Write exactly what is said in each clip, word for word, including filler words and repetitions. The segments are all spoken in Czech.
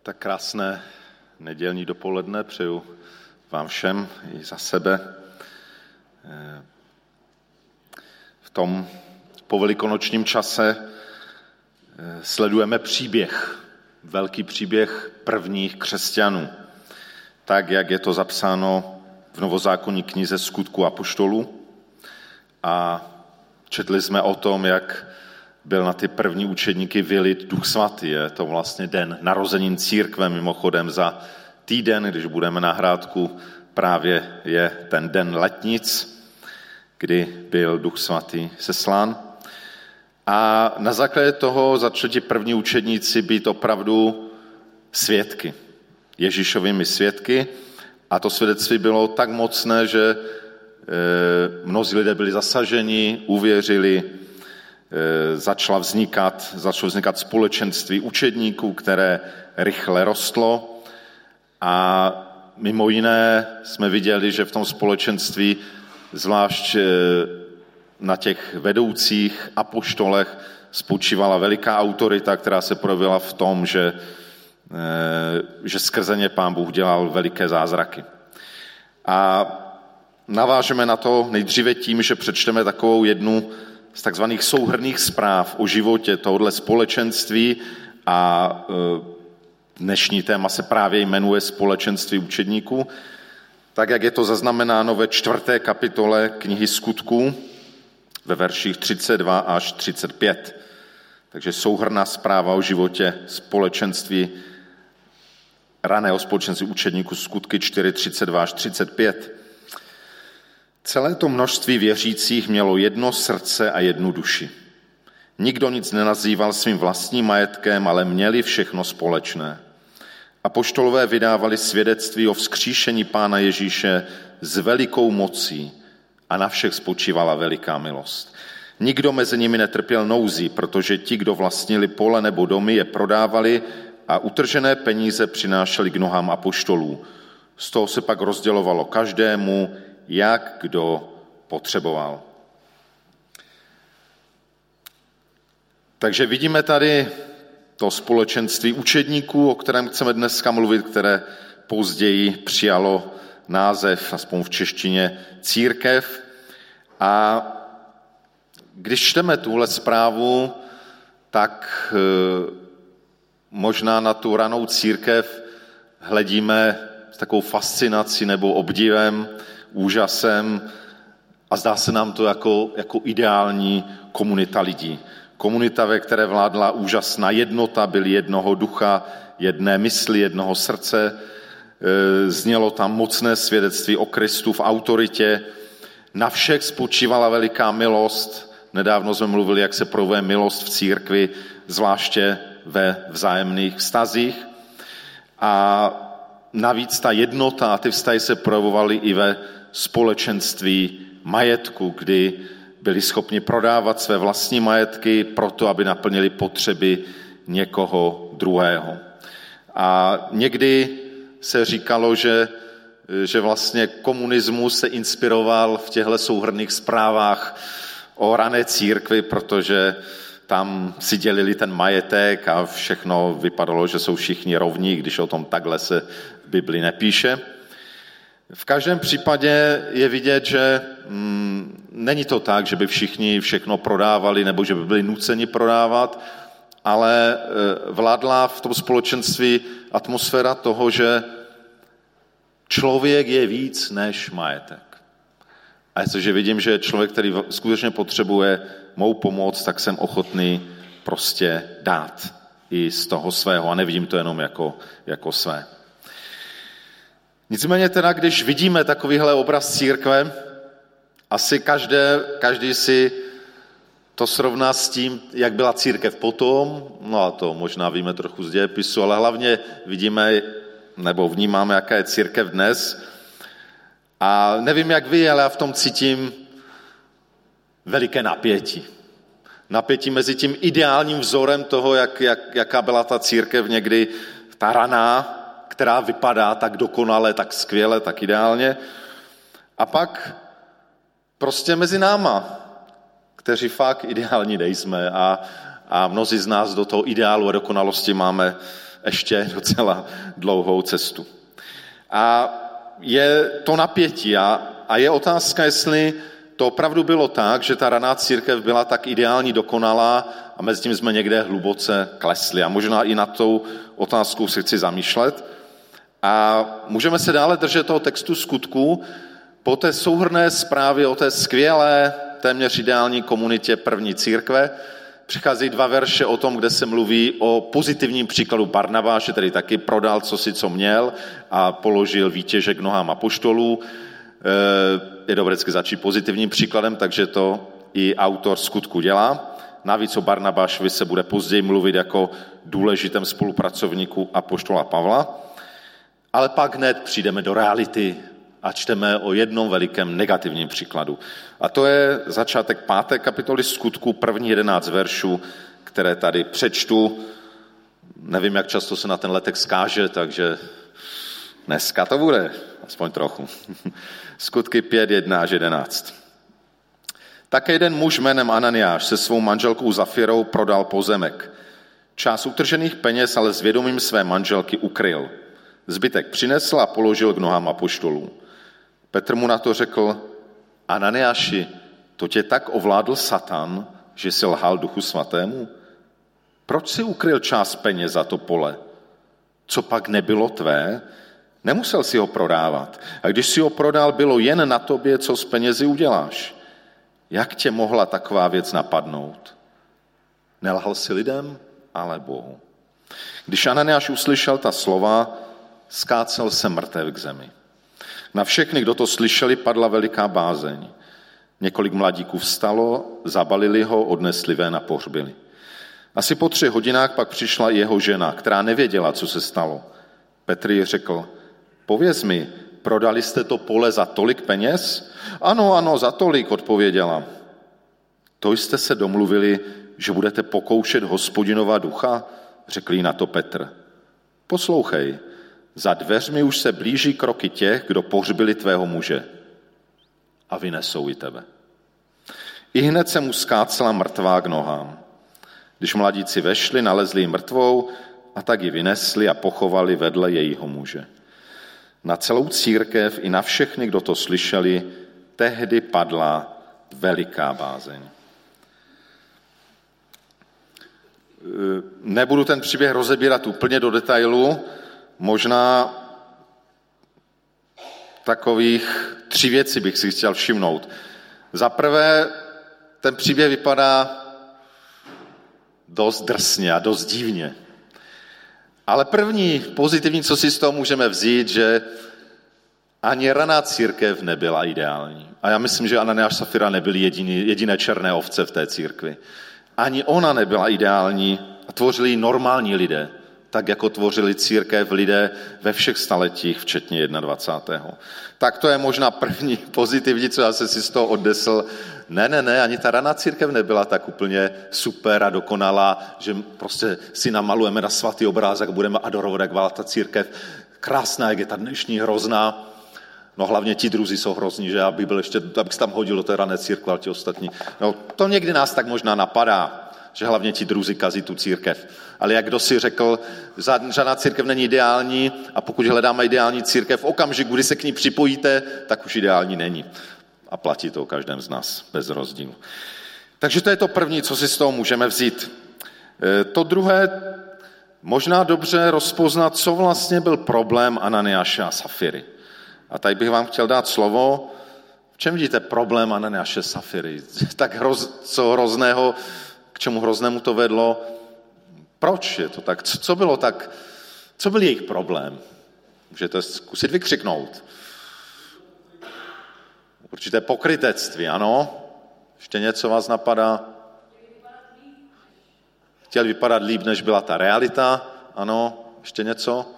Tak krásné nedělní dopoledne přeju vám všem i za sebe. V tom povelikonočním čase sledujeme příběh, velký příběh prvních křesťanů, tak, jak je to zapsáno v novozákonní knize Skutků apoštolů. A četli jsme o tom, jak byl na ty první učedníky vylit Duch Svatý. Je to vlastně den narozenin církve, mimochodem za týden, když budeme na Hrádku, právě je ten den letnic, kdy byl Duch Svatý seslán. A na základě toho začali ti první učedníci být opravdu svědky, Ježíšovými svědky. A to svědectví bylo tak mocné, že mnozí lidé byli zasaženi, uvěřili, začala vznikat, začalo vznikat společenství učedníků, které rychle rostlo. A mimo jiné jsme viděli, že v tom společenství, zvlášť na těch vedoucích apoštolech, spočívala veliká autorita, která se projevila v tom, že, že skrze ně Pán Bůh dělal veliké zázraky. A navážeme na to nejdříve tím, že přečteme takovou jednu z takzvaných souhrnných zpráv o životě tohoto společenství a dnešní téma se právě jmenuje Společenství učedníků, tak jak je to zaznamenáno ve čtvrté kapitole knihy Skutků ve verších třicet dva až třicet pět. Takže souhrnná zpráva o životě společenství, raného společenství učedníků Skutky čtyři, třicet dva až třicet pět. Celé to množství věřících mělo jedno srdce a jednu duši. Nikdo nic nenazýval svým vlastním majetkem, ale měli všechno společné. Apoštolové vydávali svědectví o vzkříšení Pána Ježíše s velikou mocí a na všech spočívala veliká milost. Nikdo mezi nimi netrpěl nouzí, protože ti, kdo vlastnili pole nebo domy, je prodávali a utržené peníze přinášeli k nohám apoštolů. Z toho se pak rozdělovalo každému, jak kdo potřeboval. Takže vidíme tady to společenství učedníků, o kterém chceme dneska mluvit, které později přijalo název, aspoň v češtině, církev. A když čteme tuhle zprávu, tak možná na tu ranou církev hledíme s takovou fascinací nebo obdivem, úžasem a zdá se nám to jako, jako ideální komunita lidí. Komunita, ve které vládla úžasná jednota, byli jednoho ducha, jedné mysli, jednoho srdce. Znělo tam mocné svědectví o Kristu v autoritě. Na všech spočívala veliká milost. Nedávno jsme mluvili, jak se projevuje milost v církvi, zvláště ve vzájemných vztazích. A navíc ta jednota a ty vztahy se projevovaly i ve společenství majetku, kdy byli schopni prodávat své vlastní majetky proto, aby naplnili potřeby někoho druhého. A někdy se říkalo, že, že vlastně komunismus se inspiroval v těchto souhrnných zprávách o rané církvi, protože tam si dělili ten majetek a všechno vypadalo, že jsou všichni rovní, když o tom takhle se v Bibli nepíše. V každém případě je vidět, že mm, není to tak, že by všichni všechno prodávali nebo že by byli nuceni prodávat, ale e, vládla v tom společenství atmosféra toho, že člověk je víc než majetek. A jestliže vidím, že člověk, který skutečně potřebuje mou pomoc, tak jsem ochotný prostě dát i z toho svého a nevidím to jenom jako, jako své. Nicméně teda, když vidíme takovýhle obraz církve, asi každé, každý si to srovná s tím, jak byla církev potom, no a to možná víme trochu z dějepisu, ale hlavně vidíme nebo vnímáme, jaká je církev dnes. A nevím, jak vy, ale já v tom cítím veliké napětí. Napětí mezi tím ideálním vzorem toho, jak, jak, jaká byla ta církev někdy, ta raná, která vypadá tak dokonale, tak skvěle, tak ideálně. A pak prostě mezi náma, kteří fakt ideální nejsme a, a mnozí z nás do toho ideálu a dokonalosti máme, ještě docela dlouhou cestu. A je to napětí a, a je otázka, jestli to opravdu bylo tak, že ta raná církev byla tak ideální, dokonalá a mezi tím jsme někde hluboce klesli. A možná i na tou otázkou se chci zamýšlet. A můžeme se dále držet toho textu Skutků po té souhrnné zprávě o té skvělé, téměř ideální komunitě první církve. Přicházejí dva verše o tom, kde se mluví o pozitivním příkladu Barnabáše, který taky prodal cosi, co měl a položil výtěžek nohám apoštolů. Je dobré vždycky začít pozitivním příkladem, takže to i autor Skutku dělá. Navíc o Barnabášovi se bude později mluvit jako důležitém spolupracovníku apoštola Pavla. Ale pak hned přijdeme do reality a čteme o jednom velikém negativním příkladu. A to je začátek páté kapitoly Skutku, první jedenáct veršů, které tady přečtu. Nevím, jak často se na ten letek skáže, takže dneska to bude, aspoň trochu. Skutky pět, jedna až jedenáct. Také jeden muž jménem Ananiáš se svou manželkou Zafirou prodal pozemek. Část utržených peněz ale s vědomím své manželky ukryl. Zbytek přinesl a položil k nohám apoštolů. Petr mu na to řekl: Ananiáši, to tě tak ovládl Satan, že jsi lhal Duchu Svatému? Proč jsi ukryl část peněz za to pole? Co pak nebylo tvé? Nemusel si ho prodávat. A když si ho prodal, bylo jen na tobě, co s penězi uděláš. Jak tě mohla taková věc napadnout? Nelhal si lidem, ale Bohu. Když Ananiáš uslyšel ta slova, skácel se mrtev k zemi. Na všechny, kdo to slyšeli, padla veliká bázeň. Několik mladíků vstalo, zabalili ho, odnesli ven a pohřbili. Asi po tři hodinách pak přišla i jeho žena, která nevěděla, co se stalo. Petr jí řekl: Pověz mi, prodali jste to pole za tolik peněz? Ano, ano, za tolik, odpověděla. To jste se domluvili, že budete pokoušet Hospodinova ducha? Řekl jí na to Petr. Poslouchej, za dveřmi už se blíží kroky těch, kdo pohřbili tvého muže. A vynesou i tebe. I hned se mu skácela mrtvá k nohám. Když mladíci vešli, nalezli ji mrtvou a tak ji vynesli a pochovali vedle jejího muže. Na celou církev i na všechny, kdo to slyšeli, tehdy padla veliká bázeň. Nebudu ten příběh rozebírat úplně do detailu, možná takových tři věci bych si chtěl všimnout. Za prvé, ten příběh vypadá dost drsně a dost divně. Ale první pozitivní, co si z toho můžeme vzít, že ani raná církev nebyla ideální. A já myslím, že Ananiáš a Safira nebyly jediný, jediné černé ovce v té církvi. Ani ona nebyla ideální a tvořili normální lidé, tak jako tvořili církev lidé ve všech staletích, včetně dvacátého prvního Tak to je možná první pozitivní, co já se si z toho odnesl. Ne, ne, ne, ani ta raná církev nebyla tak úplně super a dokonalá, že prostě si namalujeme na svatý obrázek a budeme adorovat, jak byla ta církev krásná, jak je ta dnešní hrozná. No hlavně ti druzí jsou hrozní, že aby byl ještě, abych se tam hodil do té rané církve, ale ti ostatní. No to někdy nás tak možná napadá, že hlavně ti druzí kazí tu církev. Ale jak kdo si řekl, žádná církev není ideální a pokud hledáme ideální církev, v okamžiku, kdy se k ní připojíte, tak už ideální není. A platí to o každém z nás, bez rozdílu. Takže to je to první, co si z toho můžeme vzít. To druhé, možná dobře rozpoznat, co vlastně byl problém Ananiáše a Safiry. A tady bych vám chtěl dát slovo. V čem vidíte problém Ananiáše a Safiry? Tak hroz, co hrozného, k čemu hroznému to vedlo? Proč je to tak? Co bylo tak? Co byl jejich problém? Můžete zkusit vykřiknout. Určité pokrytectví, ano? Ještě něco vás napadá? Chtěl vypadat líp, než byla ta realita, ano? Ještě něco?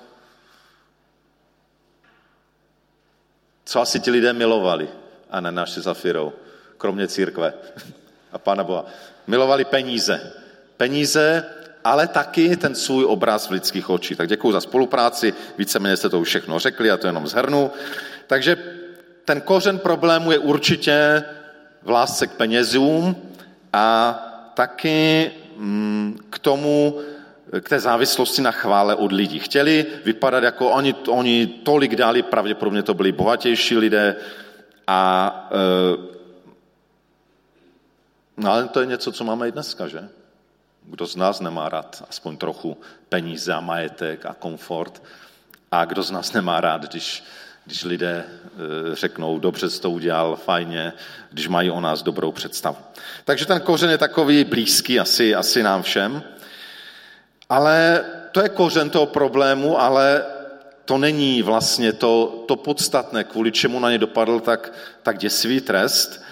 Co asi ti lidé milovali? A ne naši Safirou, kromě církve a Pána Boha. Milovali peníze. Peníze, ale taky ten svůj obraz v lidských očích. Tak děkuju za spolupráci, víceméně jste to už všechno řekli, já to jenom shrnu. Takže ten kořen problému je určitě v lásce k penězům a taky k tomu k té závislosti na chvále od lidí. Chtěli vypadat jako oni, oni tolik dali, pravděpodobně to byli bohatější lidé a e, no ale to je něco, co máme i dneska, že? Kdo z nás nemá rád aspoň trochu peníze a majetek a komfort a kdo z nás nemá rád, když, když lidé e, řeknou, dobře jsi to udělal, fajně, když mají o nás dobrou představu. Takže ten kořen je takový blízký asi, asi nám všem. Ale to je kořen toho problému, ale to není vlastně to, to podstatné, kvůli čemu na ně dopadl tak, tak děsivý trest.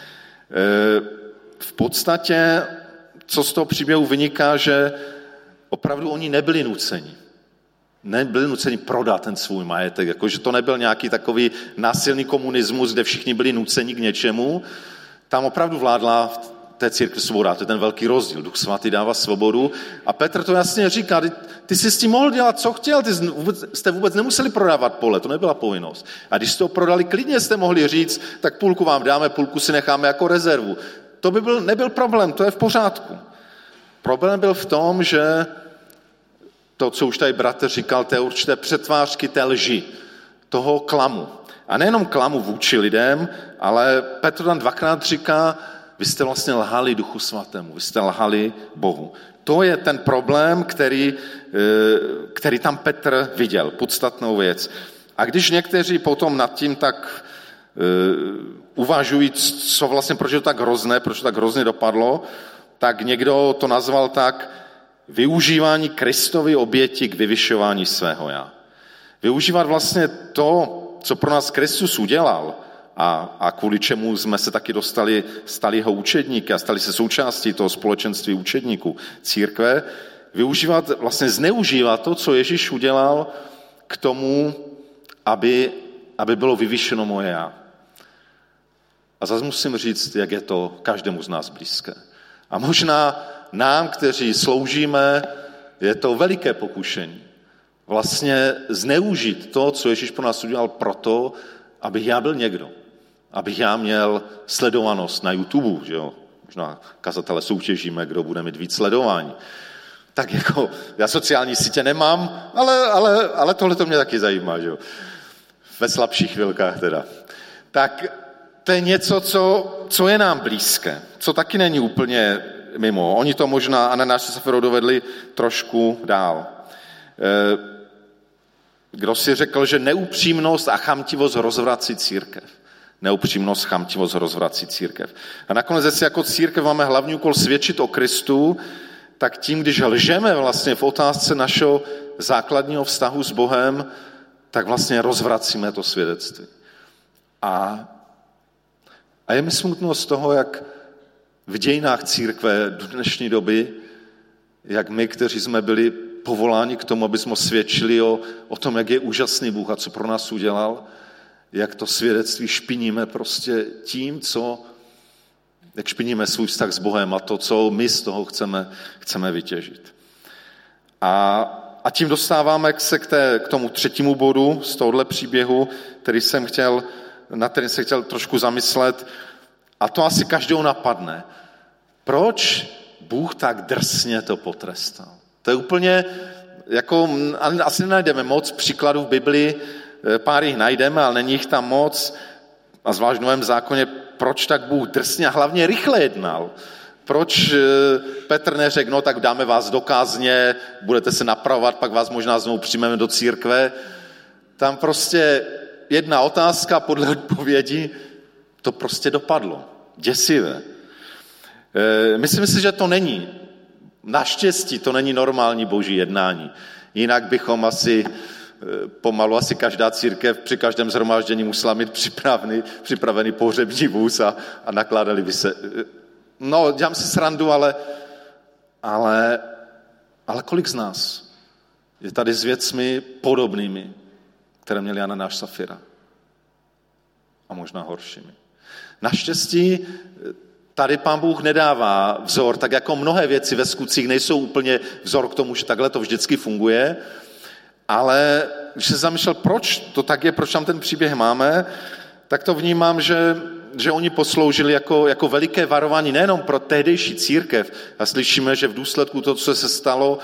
V podstatě, co z toho příběhu vyniká, že opravdu oni nebyli nuceni. Nebyli nuceni prodat ten svůj majetek, jakože to nebyl nějaký takový násilný komunismus, kde všichni byli nuceni k něčemu. Tam opravdu vládla té církvi svoboda, to je ten velký rozdíl. Duch svatý dává svobodu a Petr to jasně říká, ty, ty jsi s tím mohl dělat, co chtěl, ty jste vůbec nemuseli prodávat pole, to nebyla povinnost. A když jste to prodali, klidně jste mohli říct, tak půlku vám dáme, půlku si necháme jako rezervu. To by byl, nebyl problém, to je v pořádku. Problém byl v tom, že to, co už tady bratr říkal, té určité přetvářky té lži, toho klamu. A nejenom klamu vůči lidem, ale Petr tam dvakrát říká, vy jste vlastně lhali Duchu Svatému, vy jste lhali Bohu. To je ten problém, který, který tam Petr viděl, podstatnou věc. A když někteří potom nad tím tak uvažují, co vlastně, proč je to tak hrozné, proč to tak hrozně dopadlo, tak někdo to nazval tak využívání Kristovy oběti k vyvyšování svého já. Využívat vlastně to, co pro nás Kristus udělal, A, a kvůli čemu jsme se taky dostali, stali jeho učedníky a stali se součástí toho společenství učedníků církve, využívat, vlastně zneužívat to, co Ježíš udělal k tomu, aby, aby bylo vyvýšeno moje já. A zase musím říct, jak je to každému z nás blízké. A možná nám, kteří sloužíme, je to veliké pokušení. Vlastně zneužít to, co Ježíš pro nás udělal proto, abych já byl někdo. Abych já měl sledovanost na YouTube, že jo? Možná kazatele soutěžíme, kdo bude mít víc sledování. Tak jako, já sociální sítě nemám, ale, ale, ale tohle to mě taky zajímá, že jo? Ve slabších chvilkách teda. Tak to je něco, co, co je nám blízké, co taky není úplně mimo. Oni to možná, Ananáš a Safira dovedli trošku dál. Kdo si řekl, že neupřímnost a chamtivost rozvrací církev. Neupřímnost, chamtivost rozvrací církev. A nakonec, jestli jako církev máme hlavní úkol svědčit o Kristu, tak tím, když lžeme vlastně v otázce našeho základního vztahu s Bohem, tak vlastně rozvracíme to svědectví. A, a je mi smutno z toho, jak v dějinách církve do dnešní doby, jak my, kteří jsme byli povoláni k tomu, aby jsme svědčili o, o tom, jak je úžasný Bůh a co pro nás udělal, jak to svědectví špiníme prostě tím, co, jak špiníme svůj vztah s Bohem a to, co my z toho chceme, chceme vytěžit. A, a tím dostáváme se k, té, k tomu třetímu bodu z tohohle příběhu, který jsem chtěl, na který jsem chtěl trošku zamyslet, a to asi každého napadne. Proč Bůh tak drsně to potrestal? To je úplně, jako, asi nenajdeme moc příkladů v Biblii, pár jich najdeme, ale není jich tam moc, a zvlášť v Novém zákoně, proč tak Bůh drsně a hlavně rychle jednal. Proč Petr neřekl, no tak dáme vás do kázně, budete se napravovat, pak vás možná znovu přijmeme do církve. Tam prostě jedna otázka podle odpovědi, to prostě dopadlo. Děsivé. Myslím si, že to není. Naštěstí to není normální boží jednání. Jinak bychom asi pomalu, asi každá církev při každém shromáždění musela mít připravený, připravený pohřební vůz a, a nakládali by se. No, dělám si srandu, ale, ale, ale kolik z nás je tady s věcmi podobnými, které měli Ananáš a Safira? A možná horšími. Naštěstí tady Pán Bůh nedává vzor, tak jako mnohé věci ve skutcích nejsou úplně vzor k tomu, že takhle to vždycky funguje, ale když se zamýšlel, proč to tak je, proč tam ten příběh máme, tak to vnímám, že, že oni posloužili jako, jako veliké varování nejenom pro tehdejší církev. A slyšíme, že v důsledku toho, co se stalo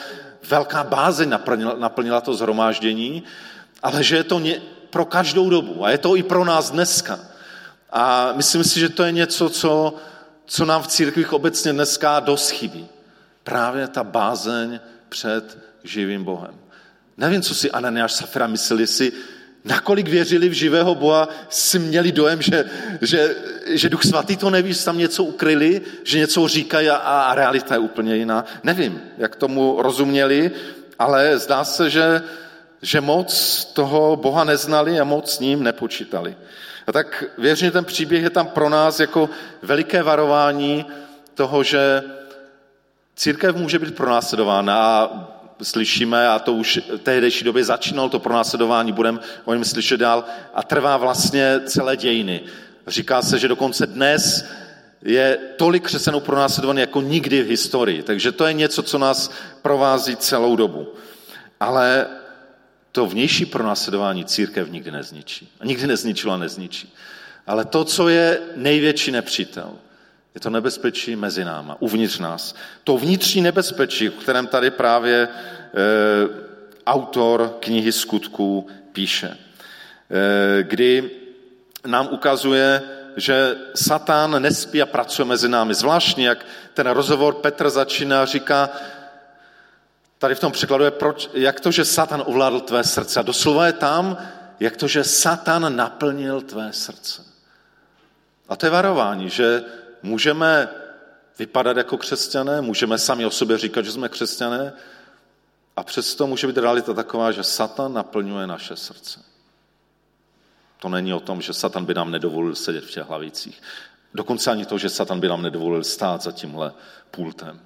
velká bázeň naplnila, naplnila to shromáždění, ale že je to ně, pro každou dobu a je to i pro nás dneska. A myslím si, že to je něco, co, co nám v církvích obecně dneska dost chybí. Právě ta bázeň před živým Bohem. Nevím, co si Ananiáš a Safira mysleli, si nakolik věřili v živého Boha, si měli dojem, že, že, že Duch Svatý to neví, že tam něco ukryli, že něco říkají a, a realita je úplně jiná. Nevím, jak tomu rozuměli, ale zdá se, že, že moc toho Boha neznali a moc s ním nepočítali. A tak věřím, že ten příběh je tam pro nás jako veliké varování toho, že církev může být pronásledována a slyšíme, a to už v tehdejší době začínalo to pronásledování, budeme o něm slyšet dál, a trvá vlastně celé dějiny. Říká se, že dokonce dnes je tolik křesťanů pronásledovaný jako nikdy v historii. Takže to je něco, co nás provází celou dobu. Ale to vnější pronásledování církev nikdy nezničí. A nikdy nezničilo a nezničí. Ale to, co je největší nepřítel, je to nebezpečí mezi náma, uvnitř nás. To vnitřní nebezpečí, o kterém tady právě e, autor knihy Skutků píše. E, kdy nám ukazuje, že Satan nespí a pracuje mezi námi. Zvláštně, jak ten rozhovor Petr začíná a říká, tady v tom překladu je, proč, jak to, že Satan ovládl tvé srdce. A doslova je tam, jak to, že Satan naplnil tvé srdce. A to je varování, že můžeme vypadat jako křesťané, můžeme sami o sobě říkat, že jsme křesťané, a přesto může být realita taková, že Satan naplňuje naše srdce. To není o tom, že Satan by nám nedovolil sedět v těch hlavících. Dokonce ani to, že Satan by nám nedovolil stát za tímhle pultem.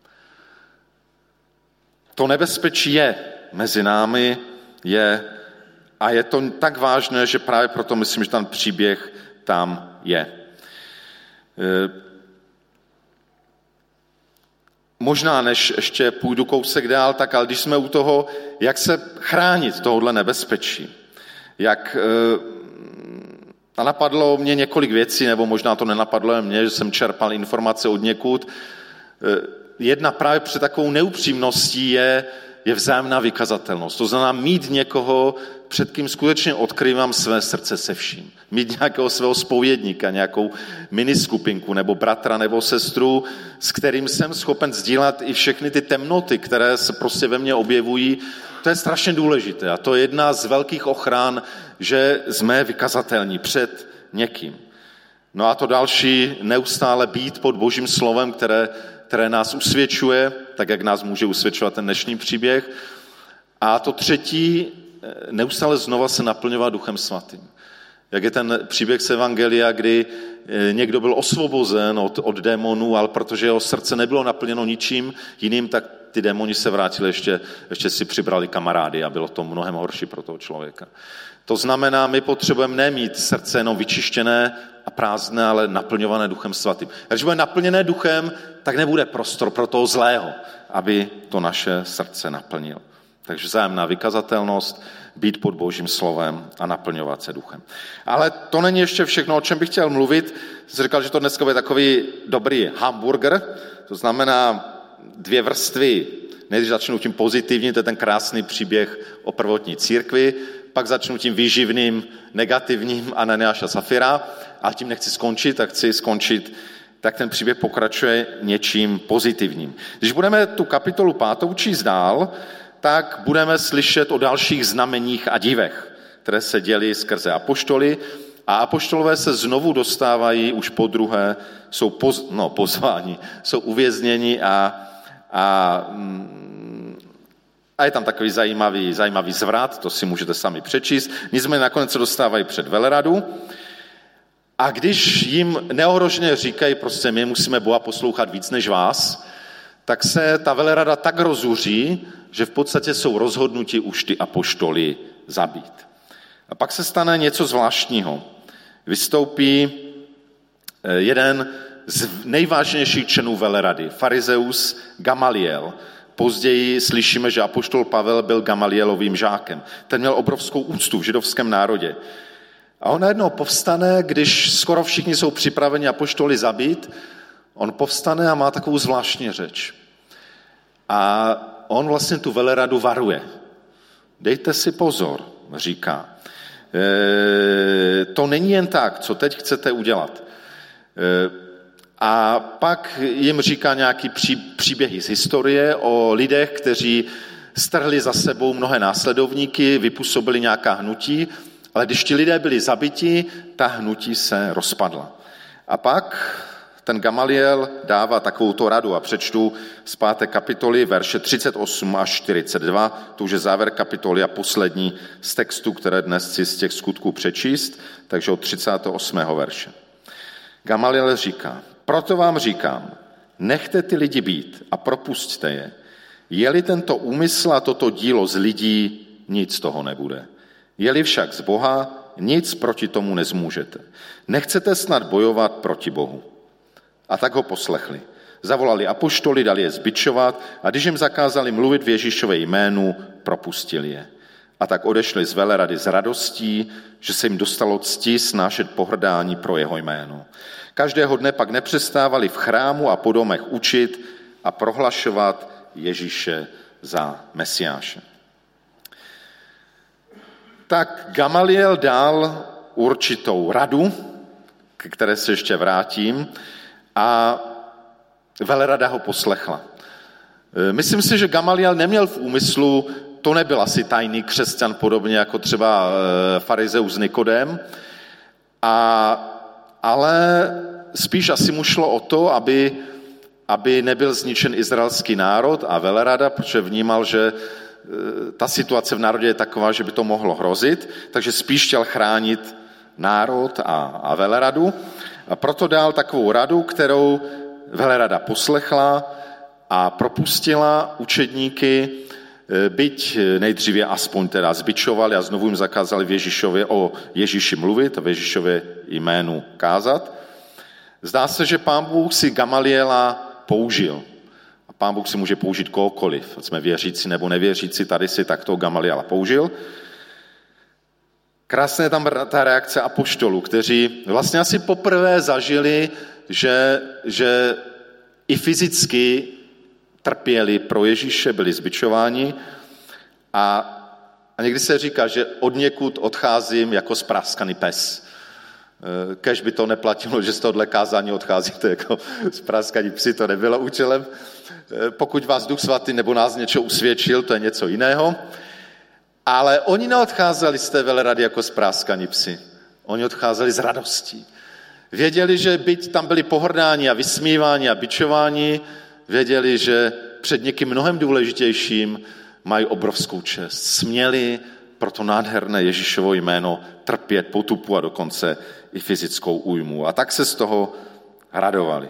To nebezpečí je mezi námi, je, a je to tak vážné, že právě proto myslím, že ten příběh tam je. Možná, než ještě půjdu kousek dál, tak ale když jsme u toho, jak se chránit tohohle nebezpečí, jak a napadlo mě několik věcí, nebo možná to nenapadlo mě, že jsem čerpal informace od někud. Jedna právě před takovou neupřímností je, je vzájemná vykazatelnost. To znamená mít někoho, před kým skutečně odkrývám své srdce se vším. Mít nějakého svého zpovědníka, nějakou miniskupinku, nebo bratra, nebo sestru, s kterým jsem schopen sdílet i všechny ty temnoty, které se prostě ve mně objevují. To je strašně důležité a to je jedna z velkých ochran, že jsme vykazatelní před někým. No a to další, neustále být pod Božím slovem, které, které nás usvědčuje, tak jak nás může usvědčovat ten dnešní příběh. A to třetí, neustále znova se naplňovat Duchem Svatým. Jak je ten příběh z Evangelia, kdy někdo byl osvobozen od, od démonů, ale protože jeho srdce nebylo naplněno ničím jiným, tak ty démoni se vrátili, ještě, ještě si přibrali kamarády a bylo to mnohem horší pro toho člověka. To znamená, my potřebujeme nemít srdce jenom vyčištěné a prázdné, ale naplňované Duchem Svatým. A když bude naplněné duchem, tak nebude prostor pro toho zlého, aby to naše srdce naplnil. Takže vzájemná vykazatelnost, být pod Božím slovem a naplňovat se duchem. Ale to není ještě všechno, o čem bych chtěl mluvit. Jsem říkal, že to dneska bude takový dobrý hamburger, to znamená dvě vrstvy. Nejdřív začnu tím pozitivním, to je ten krásný příběh o prvotní církvi, pak začnu tím výživným, negativním Ananiáš a Safira, a tím nechci skončit, tak chci skončit, tak ten příběh pokračuje něčím pozitivním. Když budeme tu kapitolu pátou číst dál, tak budeme slyšet o dalších znameních a divech, které se děly skrze apoštoly, a apoštolové se znovu dostávají už po druhé, jsou poz, no, pozváni, jsou uvězněni a, a, a je tam takový zajímavý, zajímavý zvrat, to si můžete sami přečíst. Nicméně nakonec se dostávají před veleradu a když jim neohroženě říkají, prostě my musíme Boha poslouchat víc než vás, tak se ta velerada tak rozuří, že v podstatě jsou rozhodnuti už ty apoštoly zabít. A pak se stane něco zvláštního. Vystoupí jeden z nejvážnějších členů velerady, farizeus Gamaliel. Později slyšíme, že apoštol Pavel byl Gamalielovým žákem. Ten měl obrovskou úctu v židovském národě. A on najednou povstane, když skoro všichni jsou připraveni apoštoly zabít, on povstane a má takovou zvláštní řeč. A on vlastně tu veleradu varuje. Dejte si pozor, říká. E, to není jen tak, co teď chcete udělat. E, a pak jim říká nějaký pří, příběhy z historie o lidech, kteří strhli za sebou mnohé následovníky, vypůsobili nějaká hnutí, ale když ti lidé byli zabiti, ta hnutí se rozpadla. A pak ten Gamaliel dává takovouto radu a přečtu z páté kapitoly verše třicet osm až čtyřicet dva, to už je závěr kapitoly a poslední z textu, které dnes chci z těch skutků přečíst, takže od třicátého osmého verše. Gamaliel říká, proto vám říkám, nechte ty lidi být a propusťte je. Je-li tento úmysl a toto dílo z lidí, nic z toho nebude. Je-li však z Boha, nic proti tomu nezmůžete. Nechcete snad bojovat proti Bohu. A tak ho poslechli. Zavolali apoštoly, dali je zbičovat a když jim zakázali mluvit v Ježíšově jménu, propustili je. A tak odešli z velerady s radostí, že se jim dostalo cti snášet pohrdání pro jeho jméno. Každého dne pak nepřestávali v chrámu a po domech učit a prohlašovat Ježíše za Mesiáše. Tak Gamaliel dal určitou radu, k které se ještě vrátím, a velerada ho poslechla. Myslím si, že Gamaliel neměl v úmyslu, to nebyl asi tajný křesťan, podobně jako třeba farizeus Nikodém, a, ale spíš asi mu šlo o to, aby, aby nebyl zničen izraelský národ a velerada, protože vnímal, že ta situace v národě je taková, že by to mohlo hrozit, takže spíš chtěl chránit národ a, a veleradu. A proto dal takovou radu, kterou velerada poslechla a propustila učedníky, byť nejdříve aspoň teda zbičovali a znovu jim zakázali v Ježíšově, o Ježíši mluvit a v Ježíšově jménu kázat. Zdá se, že Pán Bůh si Gamaliela použil. A Pán Bůh si může použít kohokoliv. Jsme věřící nebo nevěřící, tady si takto Gamaliela použil. Krásně je tam ta reakce apoštolů, kteří vlastně asi poprvé zažili, že, že i fyzicky trpěli pro Ježíše, byli zbičováni a, a někdy se říká, že odněkud odcházím jako spráskaný pes. Kéž by to neplatilo, že z tohohle kázání odcházíte jako spráskaní psi, to nebylo účelem. Pokud vás Duch Svatý nebo nás něco usvědčil, to je něco jiného. Ale oni neodcházeli z té velerady jako spráskaní psi. Oni odcházeli z radostí. Věděli, že byť tam byli pohrdáni a vysmíváni a bičováni, věděli, že před někým mnohem důležitějším mají obrovskou čest. Směli pro to nádherné Ježíšovo jméno trpět potupu a dokonce i fyzickou újmu. A tak se z toho radovali.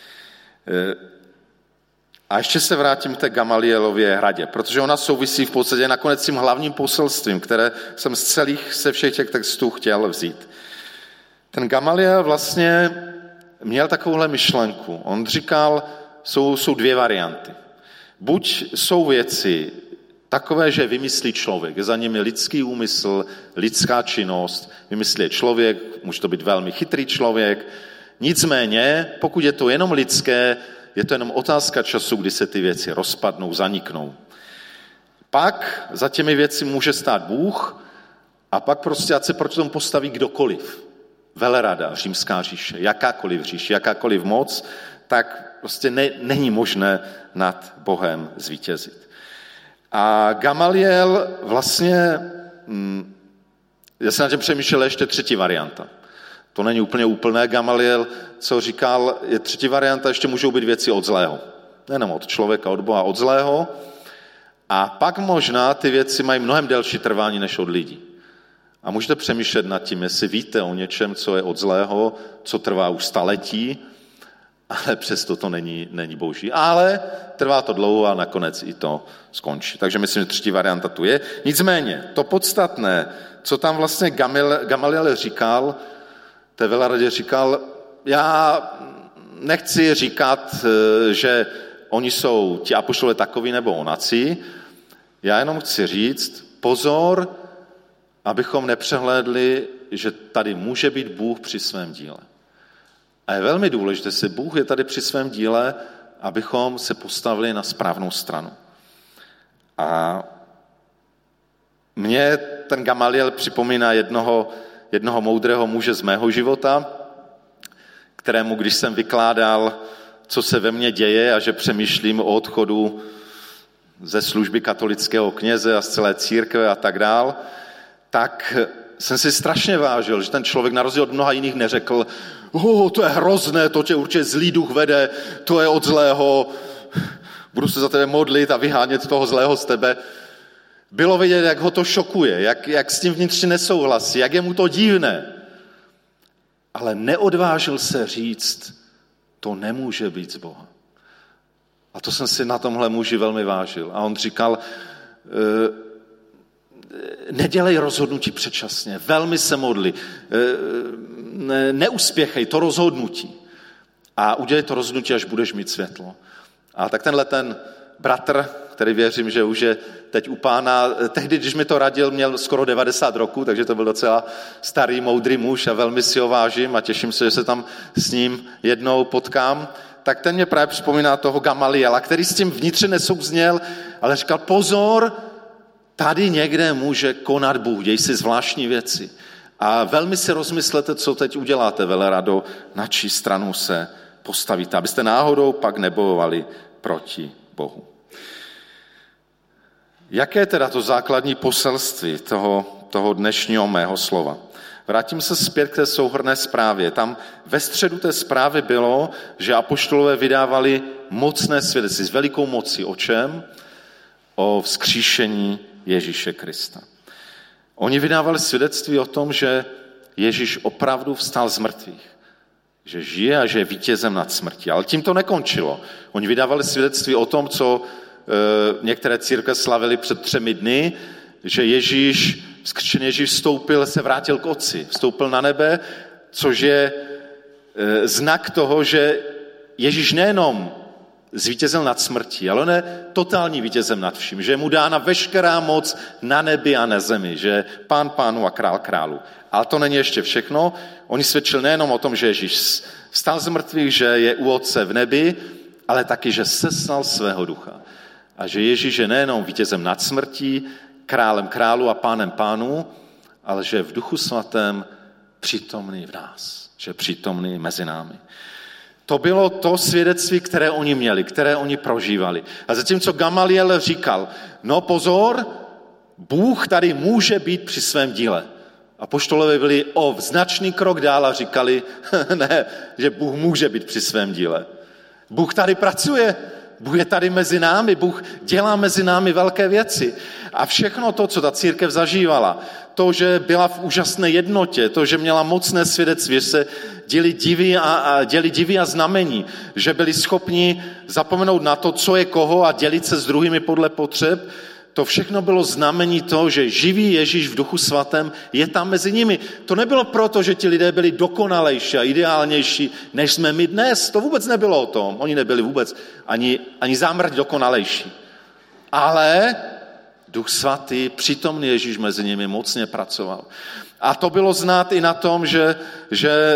A ještě se vrátím k té Gamalielově hradě, protože ona souvisí v podstatě nakonec tím hlavním poselstvím, které jsem z celých, se všech těch textů chtěl vzít. Ten Gamaliel vlastně měl takovouhle myšlenku. On říkal, jsou, jsou dvě varianty. Buď jsou věci takové, že vymyslí člověk, je za nimi lidský úmysl, lidská činnost, vymyslí člověk, může to být velmi chytrý člověk, nicméně, pokud je to jenom lidské, je to jenom otázka času, kdy se ty věci rozpadnou, zaniknou. Pak za těmi věci může stát Bůh a pak prostě ať se proti tomu postaví kdokoliv. Velerada, římská říše, jakákoliv říše, jakákoliv moc, tak prostě ne, není možné nad Bohem zvítězit. A Gamaliel vlastně, hm, já jsem na tím přemýšlel ještě třetí varianta. To není úplně úplné. Gamaliel, co říkal, je třetí varianta, ještě můžou být věci od zlého. Nejenom od člověka, od Boha, od zlého. A pak možná ty věci mají mnohem delší trvání než od lidí. A můžete přemýšlet nad tím, jestli víte o něčem, co je od zlého, co trvá už staletí, ale přesto to není, není boží. Ale trvá to dlouho a nakonec i to skončí. Takže myslím, že třetí varianta tu je. Nicméně, to podstatné, co tam vlastně Gamaliel říkal, té veleradě říkal, já nechci říkat, že oni jsou ti apoštolové takoví nebo onací, já jenom chci říct, pozor, abychom nepřehlédli, že tady může být Bůh při svém díle. A je velmi důležité, že Bůh je tady při svém díle, abychom se postavili na správnou stranu. A mně ten Gamaliel připomíná jednoho, jednoho moudrého muže z mého života, kterému, když jsem vykládal, co se ve mně děje a že přemýšlím o odchodu ze služby katolického kněze a z celé církve a tak dál, tak jsem si strašně vážil, že ten člověk na rozdíl od mnoha jiných neřekl, oh, to je hrozné, to tě určitě zlý duch vede, to je od zlého, budu se za tebe modlit a vyhánět toho zlého z tebe. Bylo vidět, jak ho to šokuje, jak, jak s tím vnitřně nesouhlasí, jak je mu to divné. Ale neodvážil se říct, to nemůže být z Boha. A to jsem si na tomhle muži velmi vážil. A on říkal, nedělej rozhodnutí předčasně, velmi se modli, neuspěchej to rozhodnutí a udělej to rozhodnutí, až budeš mít světlo. A tak tenhle ten bratr, který věřím, že už je teď u Pána, tehdy, když mi to radil, měl skoro devadesát roků, takže to byl docela starý, moudrý muž a velmi si ho vážím a těším se, že se tam s ním jednou potkám, tak ten mě právě připomíná toho Gamaliela, který s tím vnitřně nesouzněl, ale říkal, pozor, tady někde může konat Bůh, děj si zvláštní věci. A velmi si rozmyslete, co teď uděláte, velerado, na čí stranu se postavíte, abyste náhodou pak nebojovali proti Bohu. Jaké je teda to základní poselství toho, toho dnešního mého slova? Vrátím se zpět k té souhrnné zprávě. Tam ve středu té zprávy bylo, že apoštolové vydávali mocné svědectví s velikou mocí. O čem? O vzkříšení Ježíše Krista. Oni vydávali svědectví o tom, že Ježíš opravdu vstal z mrtvých. Že žije a že je vítězem nad smrtí. Ale tím to nekončilo. Oni vydávali svědectví o tom, co e, některé církve slavily před třemi dny, že Ježíš, vzkříšený Ježíš vstoupil, se vrátil k Otci. Vstoupil na nebe, což je e, znak toho, že Ježíš nejenom zvítězil nad smrtí, ale on je totální vítězem nad vším, že je mu dána veškerá moc na nebi a na zemi, že je pán pánu a král králu. Ale to není ještě všechno. Oni svědčili nejenom o tom, že Ježíš vstal z mrtvých, že je u Otce v nebi, ale taky, že sesnal svého ducha. A že Ježíš je nejenom vítězem nad smrtí, králem králu a pánem pánů, ale že je v duchu svatém přítomný v nás, že je přítomný mezi námi. To bylo to svědectví, které oni měli, které oni prožívali. A zatímco Gamaliel říkal, no pozor, Bůh tady může být při svém díle. Apoštolové byli o značný krok dál a říkali, ne, že Bůh může být při svém díle. Bůh tady pracuje, Bůh je tady mezi námi, Bůh dělá mezi námi velké věci. A všechno to, co ta církev zažívala, to, že byla v úžasné jednotě, to, že měla mocné svědectví, že se děli divy a, a, děli divy a znamení, že byli schopni zapomenout na to, co je koho a dělit se s druhými podle potřeb, to všechno bylo znamení toho, že živý Ježíš v duchu svatém je tam mezi nimi. To nebylo proto, že ti lidé byli dokonalejší a ideálnější, než jsme my dnes. To vůbec nebylo o tom. Oni nebyli vůbec ani, ani zámrť dokonalejší. Ale Duch svatý, přítomný Ježíš mezi nimi mocně pracoval. A to bylo znát i na tom, že, že,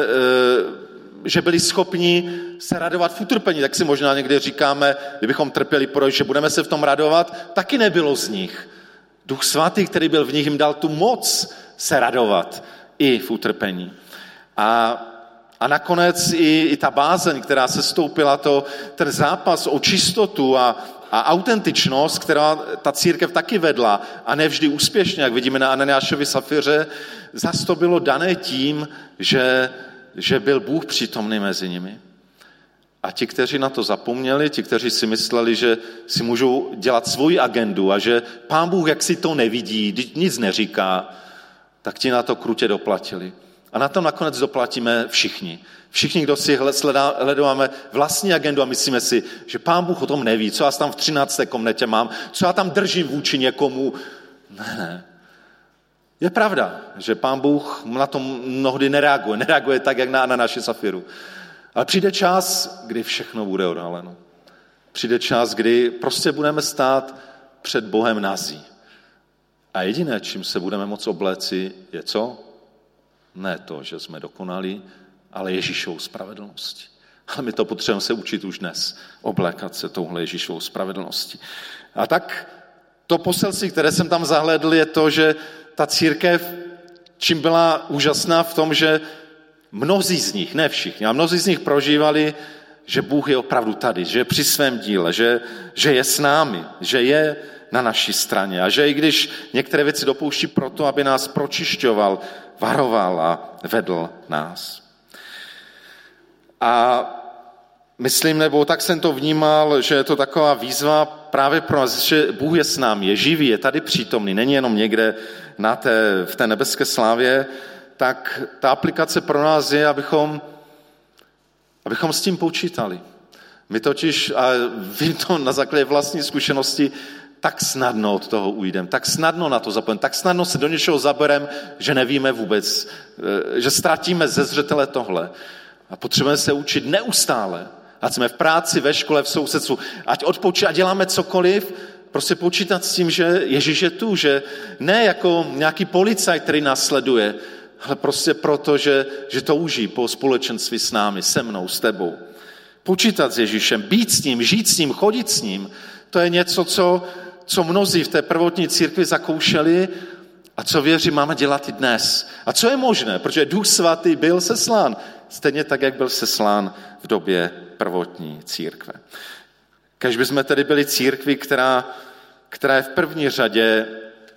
že byli schopni se radovat v utrpení. Tak si možná někdy říkáme, kdybychom trpěli, proč, že budeme se v tom radovat, taky nebylo z nich. Duch svatý, který byl v nich, jim dal tu moc se radovat i v utrpení. A, a nakonec i, i ta bázeň, která se stoupila, to, ten zápas o čistotu a, a autentičnost, která ta církev taky vedla, a nevždy úspěšně, jak vidíme na Ananiášovi Safíře, zas to bylo dané tím, že, že byl Bůh přítomný mezi nimi. A ti, kteří na to zapomněli, ti, kteří si mysleli, že si můžou dělat svoji agendu a že Pán Bůh jak si to nevidí, nic neříká, tak ti na to krutě doplatili. A na to nakonec doplatíme všichni. Všichni, kdo si hledáme vlastní agendu a myslíme si, že Pán Bůh o tom neví, co já tam v třinácté komnatě mám, co já tam držím vůči někomu. Ne, ne. Je pravda, že Pán Bůh na to mnohdy nereaguje. Nereaguje tak, jak na, na naši Safíru. Ale přijde čas, kdy všechno bude odhaleno. Přijde čas, kdy prostě budeme stát před Bohem nazí. A jediné, čím se budeme moct obléci, je co? Ne to, že jsme dokonalí, ale Ježíšovou spravedlností. Ale my to potřebujeme se učit už dnes, oblékat se touhle Ježíšovou spravedlností. A tak to poselství, které jsem tam zahlédl, je to, že ta církev, čím byla úžasná v tom, že mnozí z nich, ne všichni, a mnozí z nich prožívali, že Bůh je opravdu tady, že je při svém díle, že, že je s námi, že je na naší straně a že i když některé věci dopouští proto, aby nás pročišťoval, varoval a vedl nás. A myslím, nebo tak jsem to vnímal, že je to taková výzva právě pro nás, že Bůh je s námi, je živý, je tady přítomný, není jenom někde na té, v té nebeské slávě, tak ta aplikace pro nás je, abychom, abychom s tím počítali. My totiž, a vím to na základě vlastní zkušenosti, tak snadno od toho ujdeme, tak snadno na to zapomeneme, tak snadno se do něčeho zabereme, že nevíme vůbec, že ztratíme ze zřetele tohle. A potřebujeme se učit neustále. Ať jsme v práci, ve škole, v sousedstvu, ať odpočítáme, ať děláme cokoliv, prostě počítat s tím, že Ježíš je tu, že ne jako nějaký policajt, který nás sleduje, ale prostě proto, že, že touží po společenství s námi, se mnou, s tebou. Počítat s Ježíšem, být s ním, žít s ním, chodit s ním, to je něco, co, co mnozí v té prvotní církvi zakoušeli a co věří, máme dělat i dnes. A co je možné, protože Duch Svatý byl seslán, stejně tak, jak byl seslán v době prvotní církve. Kež bychom tedy byli církvi, která, která je v první řadě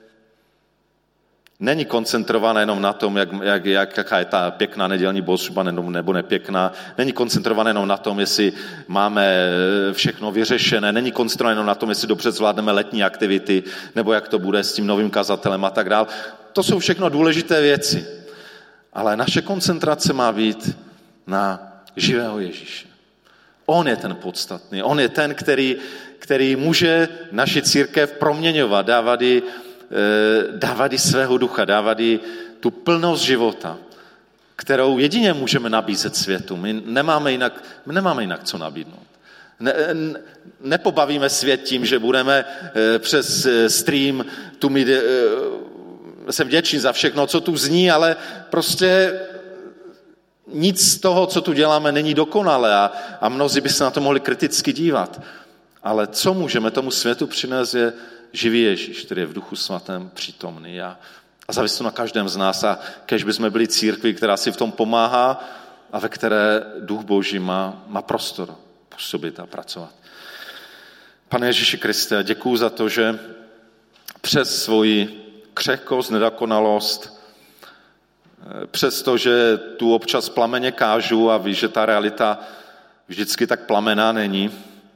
není koncentrovaná jenom na tom, jak, jak, jak, jaká je ta pěkná nedělní bohoslužba nebo nepěkná. Není koncentrovaná jenom na tom, jestli máme všechno vyřešené. Není koncentrovaná jenom na tom, jestli dobře zvládneme letní aktivity, nebo jak to bude s tím novým kazatelem a tak dále. To jsou všechno důležité věci. Ale naše koncentrace má být na živého Ježíše. On je ten podstatný. On je ten, který, který může naši církev proměňovat, dávat jí dávat jí svého ducha, dávat jí tu plnost života, kterou jedině můžeme nabízet světu. My nemáme jinak, my nemáme jinak co nabídnout. Ne, nepobavíme svět tím, že budeme přes stream tu mít, jsem vděčný za všechno, co tu zní, ale prostě nic z toho, co tu děláme, není dokonalé a, a mnozí by se na to mohli kriticky dívat. Ale co můžeme tomu světu přinést je živý Ježíš, který je v Duchu Svatém přítomný a, a závisí to na každém z nás a kež bychom byli církvi, která si v tom pomáhá a ve které Duch Boží má, má prostor působit a pracovat. Pane Ježíši Kriste, děkuju za to, že přes svoji křehkost, nedokonalost, přes to, že tu občas plameně kážu a víš, že ta realita vždycky tak plamená není,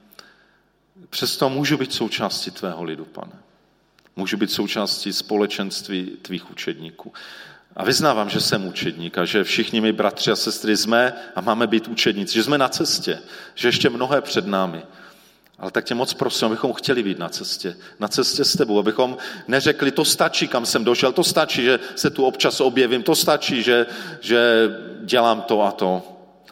přesto můžu být součástí tvého lidu, Pane. Můžu být součástí společenství tvých učedníků. A vyznávám, že jsem učedník a že všichni my bratři a sestry jsme a máme být učedníci, že jsme na cestě, že ještě mnohé před námi. Ale tak tě moc prosím, abychom chtěli být na cestě, na cestě s tebou, abychom neřekli, to stačí, kam jsem došel, to stačí, že se tu občas objevím, to stačí, že, že dělám to a to.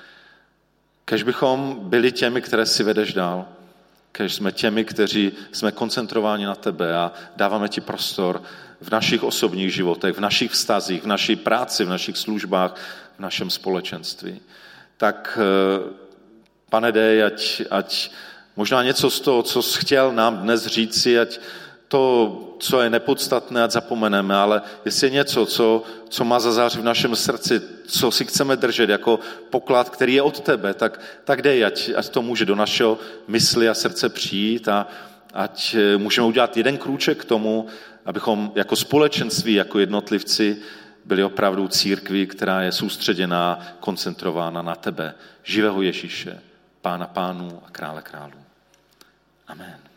Kež bychom byli těmi, které si vedeš dál. Kež jsme těmi, kteří jsme koncentrováni na tebe a dáváme ti prostor v našich osobních životech, v našich vztazích, v naší práci, v našich službách, v našem společenství. Tak, Pane, dej, ať, ať možná něco z toho, co jsi chtěl nám dnes říci, ať to, co je nepodstatné, ať zapomeneme, ale jestli je něco, co, co má zazářit v našem srdci, co si chceme držet jako poklad, který je od tebe, tak, tak dej, ať, ať to může do našeho mysli a srdce přijít a ať můžeme udělat jeden krůček k tomu, abychom jako společenství, jako jednotlivci byli opravdu církví, která je soustředěná, koncentrována na tebe, živého Ježíše, Pána pánů a krále králů. Amen.